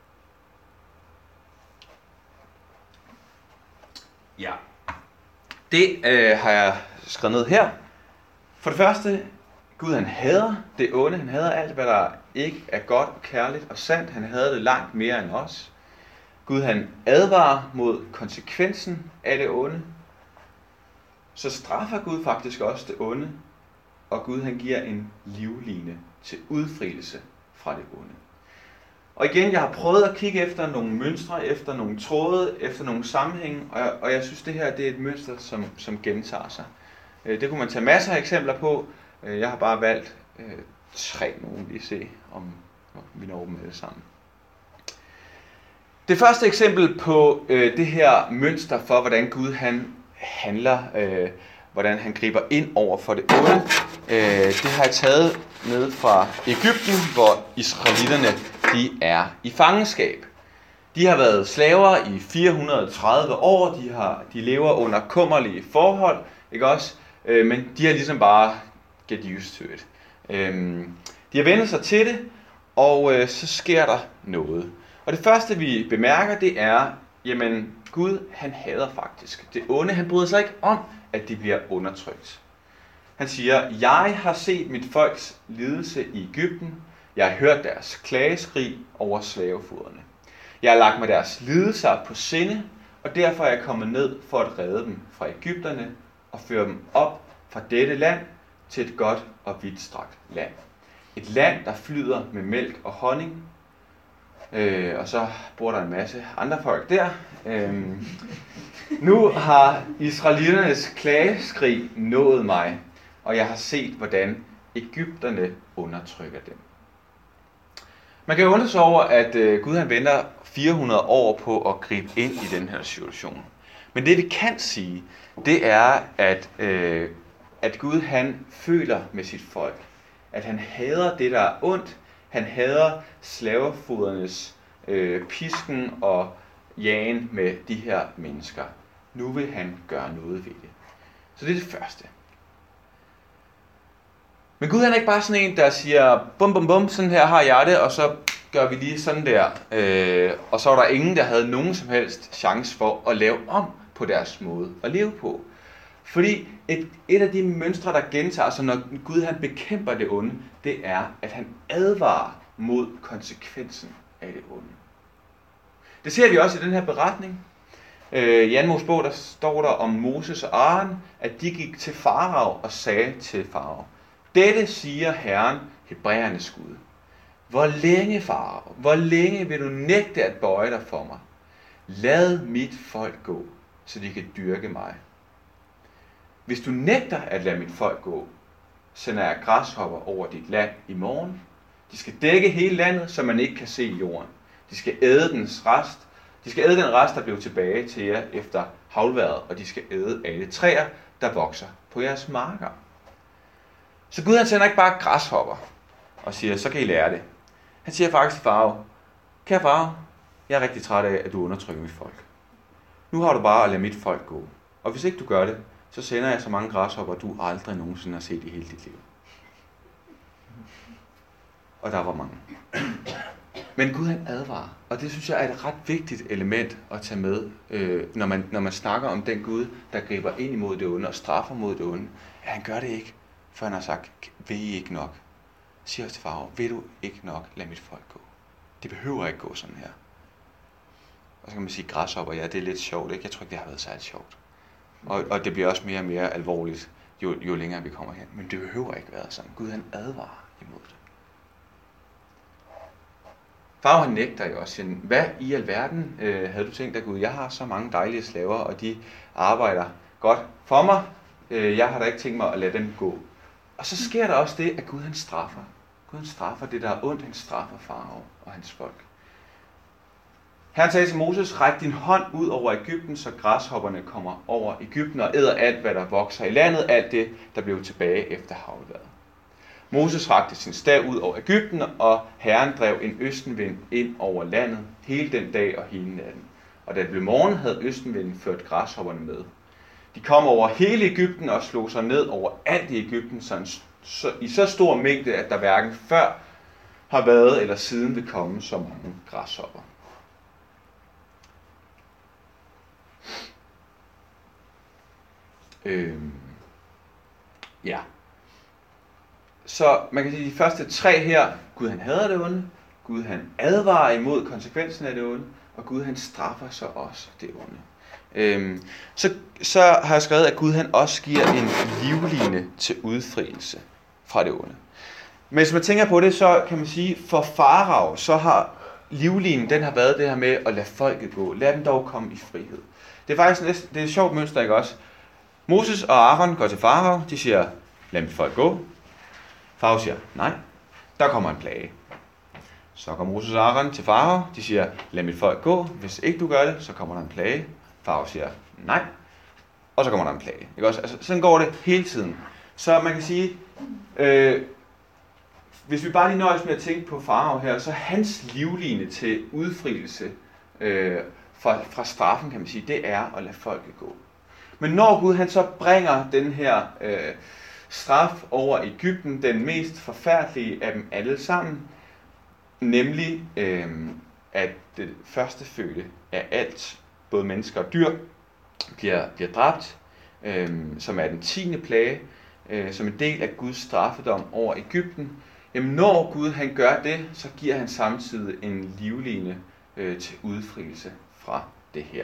A: Ja. Det har jeg skrevet ned her. For det første, Gud han hader det onde. Han hader alt, hvad der ikke er godt, kærligt og sandt. Han hader det langt mere end os. Gud han advarer mod konsekvensen af det onde. Så straffer Gud faktisk også det onde. Og Gud han giver en livline til udfrielse fra det onde. Og igen, jeg har prøvet at kigge efter nogle mønstre, efter nogle tråde, efter nogle sammenhænge, og jeg synes, det her det er et mønster, som gentager sig. Det kunne man tage masser af eksempler på. Jeg har bare valgt 3 nu, lige se, om vi når dem alle sammen. Det første eksempel på det her mønster for, hvordan Gud han handler, hvordan han griber ind over for det onde, det har jeg taget ned fra Egypten, hvor israelitterne de er i fangenskab. De har været slaver i 430 år, de lever under kummerlige forhold, ikke også? Men de har ligesom bare get used to it. De har vendt sig til det, og så sker der noget. Og det første vi bemærker, det er, jamen Gud han hader faktisk det onde. Han bryder sig ikke om, at de bliver undertrykt. Han siger, jeg har set mit folks lidelse i Egypten. Jeg har hørt deres klageskrig over slavefoderne. Jeg har lagt mig deres lidelser på sinde, og derfor er jeg kommet ned for at redde dem fra Egypterne og føre dem op fra dette land til et godt og vidtstrakt land. Et land, der flyder med mælk og honning. Og så bor der en masse andre folk der. Nu har israeliternes klageskrig nået mig, og jeg har set, hvordan Egypterne undertrykker dem. Man kan undre sig over, at Gud han venter 400 år på at gribe ind i den her situation. Men det vi kan sige, det er, at Gud han føler med sit folk. At han hader det, der er ondt. Han hader slavefodernes pisken og jagen med de her mennesker. Nu vil han gøre noget ved det. Så det er det første. Men Gud han er ikke bare sådan en, der siger, bum bum bum, sådan her har jeg det, og så gør vi lige sådan der. Og så var der ingen, der havde nogen som helst chance for at lave om på deres måde at leve på. Fordi et af de mønstre, der gentager sig, når Gud han bekæmper det onde, det er, at han advarer mod konsekvensen af det onde. Det ser vi også i den her beretning. I 2. Mosebog, der står der om Moses og Aaron, at de gik til Farao og sagde til Farao, dette siger Herren, Hebræernes Gud. Hvor længe, Farao, hvor længe vil du nægte at bøje dig for mig? Lad mit folk gå, så de kan dyrke mig. Hvis du nægter at lade mit folk gå, sender jeg græshopper over dit land i morgen. De skal dække hele landet, så man ikke kan se jorden. De skal æde dens rest. De skal æde den rest, der blev tilbage til jer efter havlværet, og de skal æde alle træer, der vokser på jeres marker. Så Gud han sender ikke bare græshopper og siger, så kan I lære det. Han siger faktisk til Farao, kære Farao, jeg er rigtig træt af, at du undertrykker mit folk. Nu har du bare at lade mit folk gå. Og hvis ikke du gør det, så sender jeg så mange græshopper, du aldrig nogensinde har set i hele dit liv. Og der var mange. Men Gud han advarer, og det synes jeg er et ret vigtigt element at tage med, når man snakker om den Gud, der griber ind imod det onde og straffer mod det onde. Ja, han gør det ikke, for han har sagt, vil I ikke nok? Siger til Farao, vil du ikke nok lade mit folk gå? Det behøver ikke gå sådan her. Og så kan man sige, græshopper, ja, det er lidt sjovt, ikke? Jeg tror ikke, det har været særligt sjovt. Og det bliver også mere og mere alvorligt, jo længere vi kommer hen. Men det behøver ikke være sådan. Gud han advarer imod det. Farao han nægter jo også. Hvad i alverden havde du tænkt dig, Gud? Jeg har så mange dejlige slaver, og de arbejder godt for mig. Jeg har da ikke tænkt mig at lade dem gå. Og så sker der også det, at Gud han straffer. Gud han straffer det, der er ondt. Han straffer Farao og hans folk. Herren sagde til Moses, ræk din hånd ud over Egypten, så græshopperne kommer over Egypten og æder alt, hvad der vokser i landet, alt det, der blev tilbage efter havlværet. Moses rakte sin stav ud over Egypten, og Herren drev en østenvind ind over landet hele den dag og hele natten. Og da det blev morgen, havde østenvinden ført græshopperne med. De kom over hele Egypten og slog sig ned over alt i Egypten i så stor mængde, at der hverken før har været eller siden vil komme så mange græshopper. Ja. Så man kan sige, de første tre her, Gud han hader det onde, Gud han advarer imod konsekvensen af det onde, og Gud han straffer så også det onde. Så har jeg skrevet, at Gud han også giver en livline til udfrielse fra det onde. Men hvis man tænker på det, så kan man sige, for Farao, så har livlinen, den har været det her med at lade folket gå. Lad dem dog komme i frihed. Det er faktisk det er et sjovt mønster, ikke også? Moses og Aaron går til Farao, de siger, lad mit folk gå. Farao siger, nej, der kommer en plage. Så går Moses og Aaron til Farao, de siger, lad mit folk gå, hvis ikke du gør det, så kommer der en plage. Farao siger, nej, og så kommer der en plage. Ikke også? Altså, sådan går det hele tiden. Så man kan sige, hvis vi bare lige nøjes med at tænke på Farao her, så hans livline til udfrielse fra straffen, kan man sige, det er at lade folket gå. Men når Gud han så bringer den her straf over Egypten, den mest forfærdelige af dem alle sammen, nemlig at det førstefødte af alt, både mennesker og dyr, bliver dræbt, som er den 10. plage, som en del af Guds straffedom over Egypten. Jamen når Gud han gør det, så giver han samtidig en livline til udfrielse fra det her.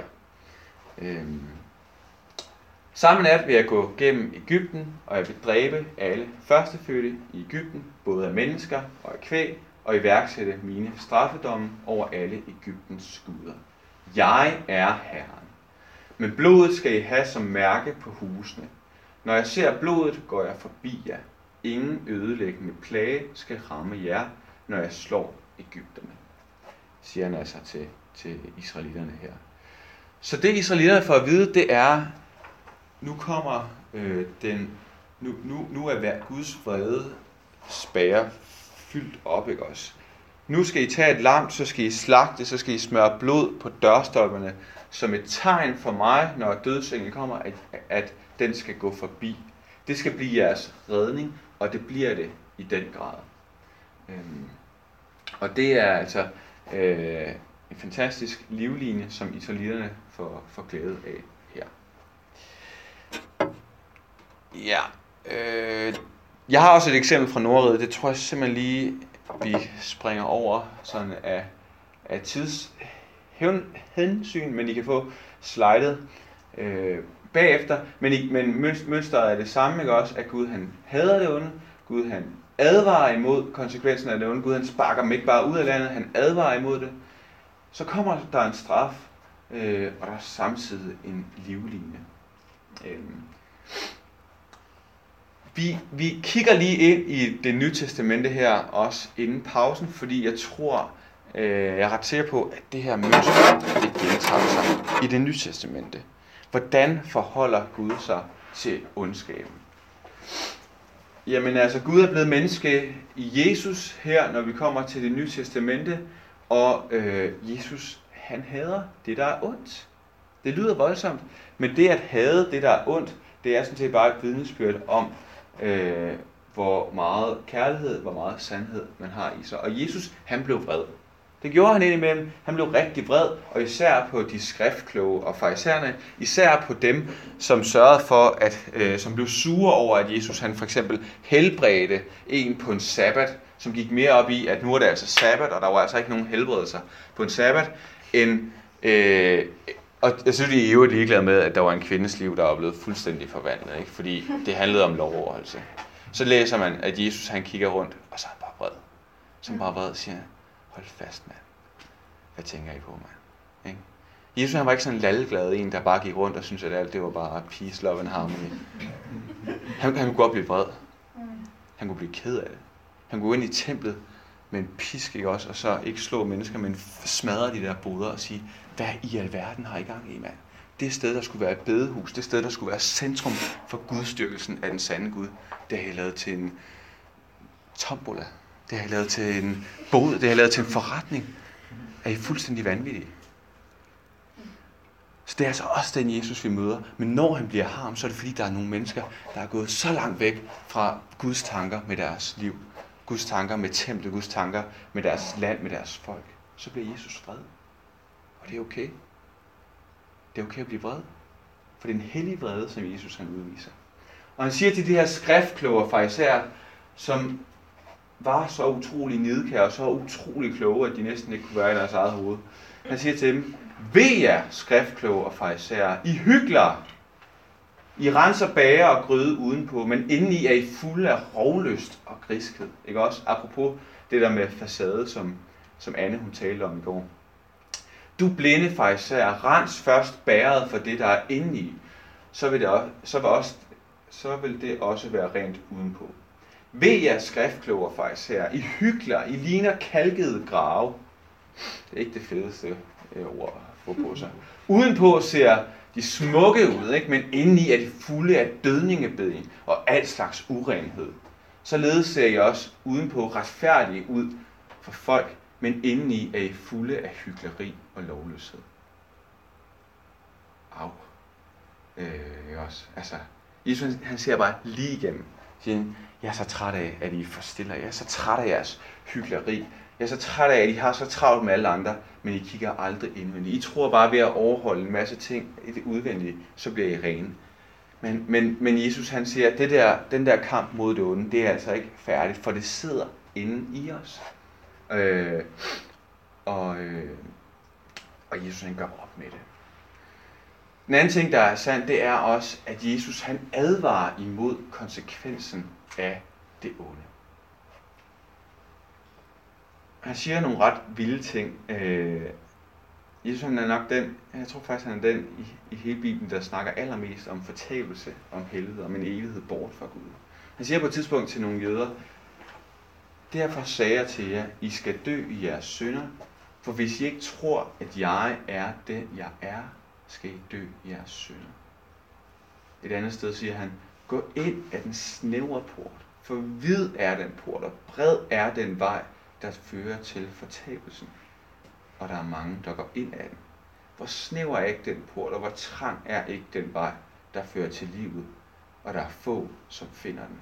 A: Samme nat vil jeg gå gennem Egypten, og jeg vil dræbe alle førstefødte i Egypten, både af mennesker og af kvæg, og iværksætte mine straffedomme over alle Egyptens guder. Jeg er Herren. Men blodet skal I have som mærke på husene. Når jeg ser blodet, går jeg forbi jer. ingen ødelæggende plage skal ramme jer, når jeg slår Egypterne, siger han altså til israelitterne her. Så det israelitterne får at vide, det er, nu kommer nu er hver Guds vrede spærre fyldt op, ikke også? Nu skal I tage et lam, så skal I slagte, så skal I smøre blod på dørstolperne, som et tegn for mig, når dødsenglen kommer, at den skal gå forbi. Det skal blive jeres redning, og det bliver det i den grad. Og det er altså en fantastisk livline, som israelitterne får glæde af her. Ja, jeg har også et eksempel fra Nordriget. Det tror jeg simpelthen lige, vi springer over sådan af tidshensyn, men I kan få slidet bagefter. Men mønstret er det samme, ikke også? At Gud han hader det onde. Gud han advarer imod konsekvensen af det onde. Gud han sparker dem ikke bare ud af landet, han advarer imod det. Så kommer der en straf, og der er samtidig en livline. Vi kigger lige ind i det nye testamente her, også inden pausen, fordi jeg tror, jeg er ret sikker på, at det her mønster, det gentager sig i det nye testamente. Hvordan forholder Gud sig til ondskaben? Jamen altså, Gud er blevet menneske i Jesus her, når vi kommer til det nye testamente, og Jesus, han hader det, der er ondt. Det lyder voldsomt, men det at hade det, der er ondt, det er sådan set bare et vidnesbyrd om, hvor meget kærlighed, hvor meget sandhed man har i sig. Og Jesus, han blev vred. Det gjorde han indimellem. Han blev rigtig vred, og især på de skriftkloge og farisæerne, især på dem, som sørgede for, som blev sure over, at Jesus han for eksempel helbredte en på en sabbat, som gik mere op i, at nu er det altså sabbat, og der var altså ikke nogen helbredelser på en sabbat, og jeg synes, de er jo ligeglade med, at der var en kvindes liv, der var blevet fuldstændig forvandlet, ikke? Fordi det handlede om lovoverholdelse. Så læser man, at Jesus han kigger rundt, og så er han bare vred. Så han bare vred og siger, hold fast, mand. Hvad tænker I på, mand? Ikke? Jesus han var ikke sådan en lalleglad en, der bare gik rundt og syntes, at alt det var bare peace, love and harmony. Han kunne godt blive vred. Han kunne blive ked af det. Han kunne gå ind i templet med en pisk, ikke også? Og så ikke slå mennesker, men smadre de der boder og sige, hvad i alverden har I gang i, mand? Det sted, der skulle være et bedehus, det sted, der skulle være centrum for gudstyrkelsen af den sande Gud, det har I lavet til en tombola. Det har I lavet til en bod, det har I lavet til en forretning. Er I fuldstændig vanvittige? Så det er altså også den Jesus, vi møder. Men når han bliver harm, så er det fordi, der er nogle mennesker, der er gået så langt væk fra Guds tanker med deres liv. Guds tanker med templet, Guds tanker med deres land, med deres folk. Så bliver Jesus vred. Og det er okay. Det er okay at blive vred. For det er en hellig vrede, som Jesus han udviser. Og han siger til de her skriftkloge og farisæer, som var så utrolig nidkære og så utrolig kloge, at de næsten ikke kunne være i deres eget hoved. Han siger til dem, ved jer skriftkloge og farisæer, I hyklere, I renser bager og gryde udenpå, men indeni er I fulde af rovlyst og griskhed. Ikke også? Apropos det der med facade, som Anne hun talte om i går. Du blinde farisæer, rens først bæret for det, der er indeni, så vil det også være rent udenpå. Ved jer skriftkloge og farisæer, I hyklere, I ligner kalkede grave. Det er ikke det fedeste ord at få på sig. Udenpå ser de smukke ud, ikke? Men indeni er de fulde af dødningebeding og al slags urenhed. Således ser I også udenpå retfærdige ud for folk, men indeni er I fulde af hykleri og lovløshed. Au. Også. Altså, Jesus han ser bare lige igennem. Siger, jeg er så træt af, at I forstiller. Jeg er så træt af jeres hykleri. Jeg er så træt af, at I har så travlt med alle andre, men I kigger aldrig indvendigt. I tror bare ved at overholde en masse ting i det udvendige, så bliver I rene. Men Jesus han siger, at den der kamp mod det onde, det er altså ikke færdigt, for det sidder inde i os. Og Jesus han gør op med det. Den anden ting, der er sandt, det er også, at Jesus han advarer imod konsekvensen af det onde. Han siger nogle ret vilde ting. Jesus han er nok den, jeg tror faktisk han er den i hele Bibelen, der snakker allermest om fortabelse, om helvede, om en evighed bort fra Gud. Han siger på et tidspunkt til nogle jøder, derfor sagde jeg til jer, I skal dø i jeres synder, for hvis I ikke tror, at jeg er den, jeg er, skal I dø i jeres synder. Et andet sted siger han, gå ind af den snævre port, for vid er den port, og bred er den vej, der fører til fortabelsen. Og der er mange, der går ind af den. Hvor snæver er ikke den port, og hvor trang er ikke den vej, der fører til livet, og der er få, som finder den.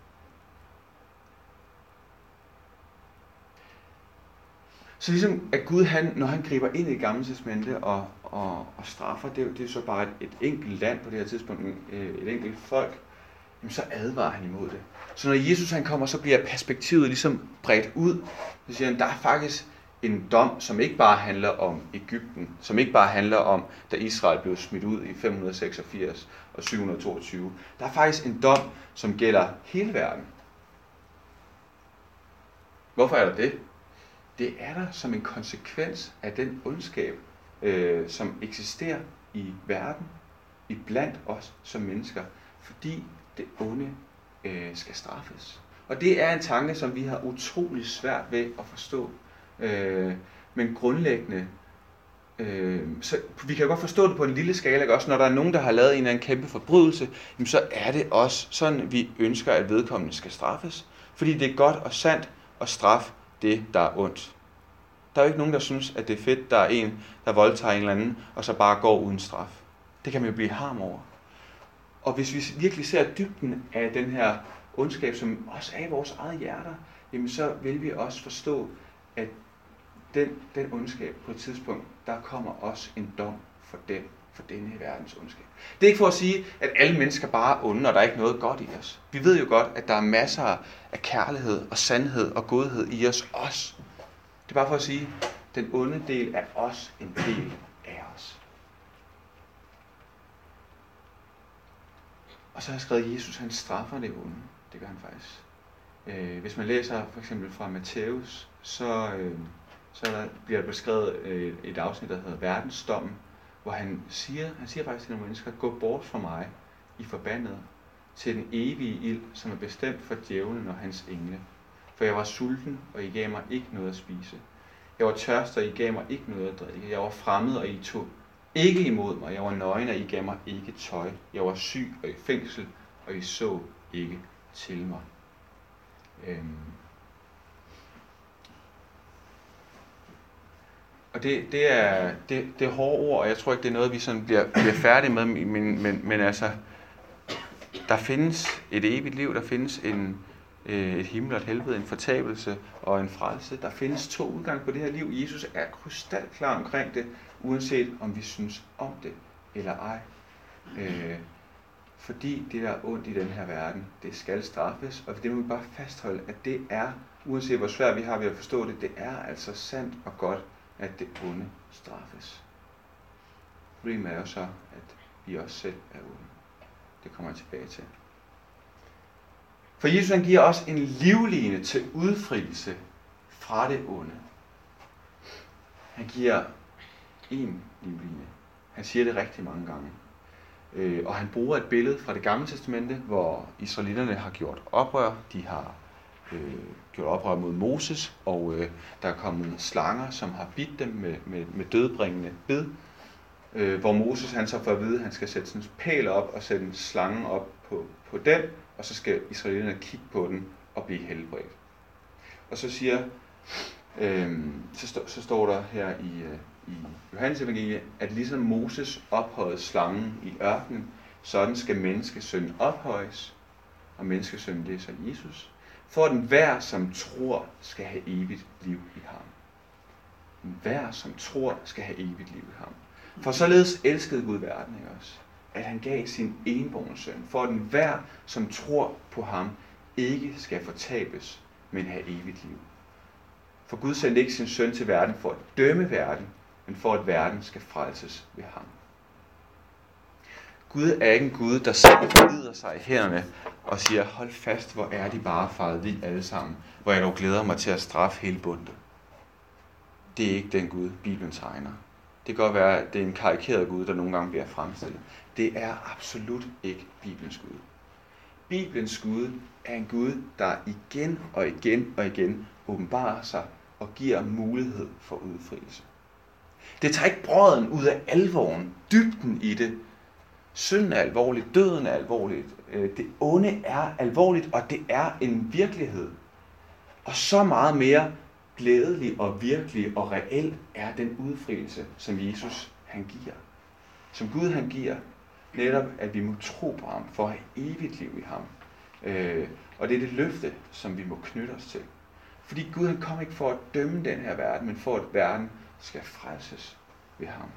A: Så ligesom at Gud, når han griber ind i Det Gamle Testamente og straffer, det er så bare et enkelt land på det her tidspunkt, et enkelt folk, jamen så advarer han imod det. Så når Jesus han kommer, så bliver perspektivet ligesom bredt ud. Så siger han, der er faktisk en dom, som ikke bare handler om Egypten, som ikke bare handler om, da Israel blev smidt ud i 586 og 722. Der er faktisk en dom, som gælder hele verden. Hvorfor er der det? Det er der som en konsekvens af den ondskab, som eksisterer i verden, i blandt os som mennesker, fordi det onde skal straffes. Og det er en tanke, som vi har utrolig svært ved at forstå. Men grundlæggende, så vi kan godt forstå det på en lille skala, ikke? Også når der er nogen, der har lavet en eller anden kæmpe forbrydelse, jamen så er det også sådan, vi ønsker, at vedkommende skal straffes. Fordi det er godt og sandt at straffe det, der er ondt. Der er jo ikke nogen, der synes, at det er fedt, der er en, der voldtager en eller anden, og så bare går uden straf. Det kan man jo blive harm over. Og hvis vi virkelig ser dybden af den her ondskab, som også er i vores eget hjerter, jamen så vil vi også forstå, at den ondskab på et tidspunkt, der kommer også en dom for denne verdens ondskab. Det er ikke for at sige, at alle mennesker bare er onde, og der er ikke noget godt i os. Vi ved jo godt, at der er masser af kærlighed og sandhed og godhed i os også. Det er bare for at sige, at den onde del er også en del af os. Og så har jeg skrevet, at Jesus han straffer det onde. Det gør han faktisk. Hvis man læser for eksempel fra Matthæus, så bliver der beskrevet et afsnit, der hedder Verdensdommen, hvor han siger faktisk til nogle mennesker, gå bort fra mig, I forbandede, til den evige ild, som er bestemt for djævlen og hans engle. For jeg var sulten, og I gav mig ikke noget at spise. Jeg var tørst, og I gav mig ikke noget at drikke. Jeg var fremmed, og I tog ikke imod mig. Jeg var nøgen, og I gav mig ikke tøj. Jeg var syg og i fængsel, og I så ikke til mig. Og det er hårde ord, og jeg tror ikke, det er noget, vi sådan bliver færdige med, men altså, der findes et evigt liv, der findes et himmel og et helvede, en fortabelse og en frelse. Der findes 2 udgange på det her liv. Jesus er krystalklar omkring det, uanset om vi synes om det eller ej. Fordi det, der er ondt i den her verden, det skal straffes, og det må vi bare fastholde, at det er, uanset hvor svært vi har ved at forstå det, det er altså sandt og godt, at det onde straffes. Problemet er jo så, at vi også selv er onde. Det kommer jeg tilbage til. For Jesus han giver os en livline til udfrielse fra det onde. Han giver en livline. Han siger det rigtig mange gange. Og han bruger et billede fra Det Gamle Testamente, hvor israelitterne har gjort oprør. De har gjort oprør mod Moses, og der er kommet slanger, som har bidt dem med dødbringende bid. Hvor Moses han så får at vide, at han skal sætte sådan en pæl op og sætte en slange op på den, og så skal israelitterne kigge på den og blive helbredt. Og så siger, så står der her i Johannes evangeliet, at ligesom Moses ophøjede slangen i ørkenen, sådan skal menneskesønnen ophøjes, og menneskesønnen det er så Jesus, for at enhver, som tror, skal have evigt liv i ham. Enhver, som tror, skal have evigt liv i ham. For således elskede Gud verden, ikke også? At han gav sin enbårne søn, for at enhver, som tror på ham, ikke skal fortabes, men have evigt liv. For Gud sendte ikke sin søn til verden for at dømme verden, men for at verden skal frelses ved ham. Gud er ikke en Gud, der selv forlider sig i hænderne og siger, hold fast, hvor er de bare faret vild alle sammen, hvor jeg dog glæder mig til at straffe hele bundet. Det er ikke den Gud, Bibelen tegner. Det kan godt være, at det er en karikeret Gud, der nogle gange bliver fremstillet. Det er absolut ikke Bibelens Gud. Bibelens Gud er en Gud, der igen og igen og igen åbenbarer sig og giver mulighed for udfrielse. Det tager ikke brodden ud af alvoren, dybden i det. Synden er alvorligt, døden er alvorligt, det onde er alvorligt, og det er en virkelighed. Og så meget mere glædelig og virkelig og reel er den udfrielse, som Jesus han giver. Som Gud han giver, netop at vi må tro på ham for at have evigt liv i ham. Og det er det løfte, som vi må knytte os til. Fordi Gud han kom ikke for at dømme den her verden, men for at verden skal frelses ved ham.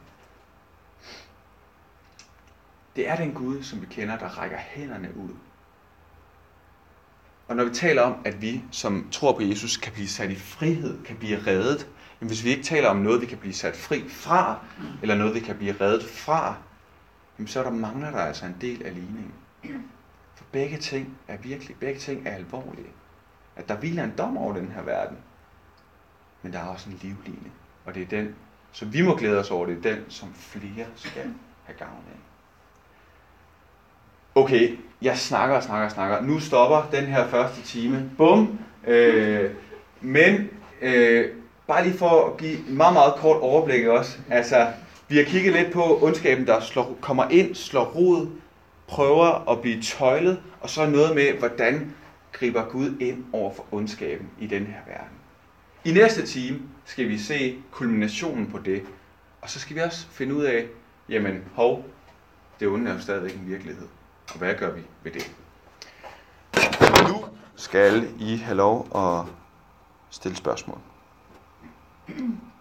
A: Det er den Gud, som vi kender, der rækker hænderne ud. Og når vi taler om, at vi, som tror på Jesus, kan blive sat i frihed, kan blive reddet, men hvis vi ikke taler om noget, vi kan blive sat fri fra, eller noget, vi kan blive reddet fra, så mangler der altså en del af ligningen. For begge ting er virkelig, begge ting er alvorlige. At der hviler en dom over den her verden, men der er også en livline, og det er den, som vi må glæde os over, det er den, som flere skal have gavn af. Okay, jeg snakker. Nu stopper den her første time. Bum! Men bare lige for at give meget, meget kort overblik også. Altså, vi har kigget lidt på ondskaben, der kommer ind, slår rod, prøver at blive tøjlet, og så noget med, hvordan griber Gud ind over for ondskaben i den her verden. I næste time skal vi se kulminationen på det, og så skal vi også finde ud af, jamen, det onde er jo stadigvæk en virkelighed. Og hvad gør vi ved det? Nu skal I have lov at stille spørgsmål.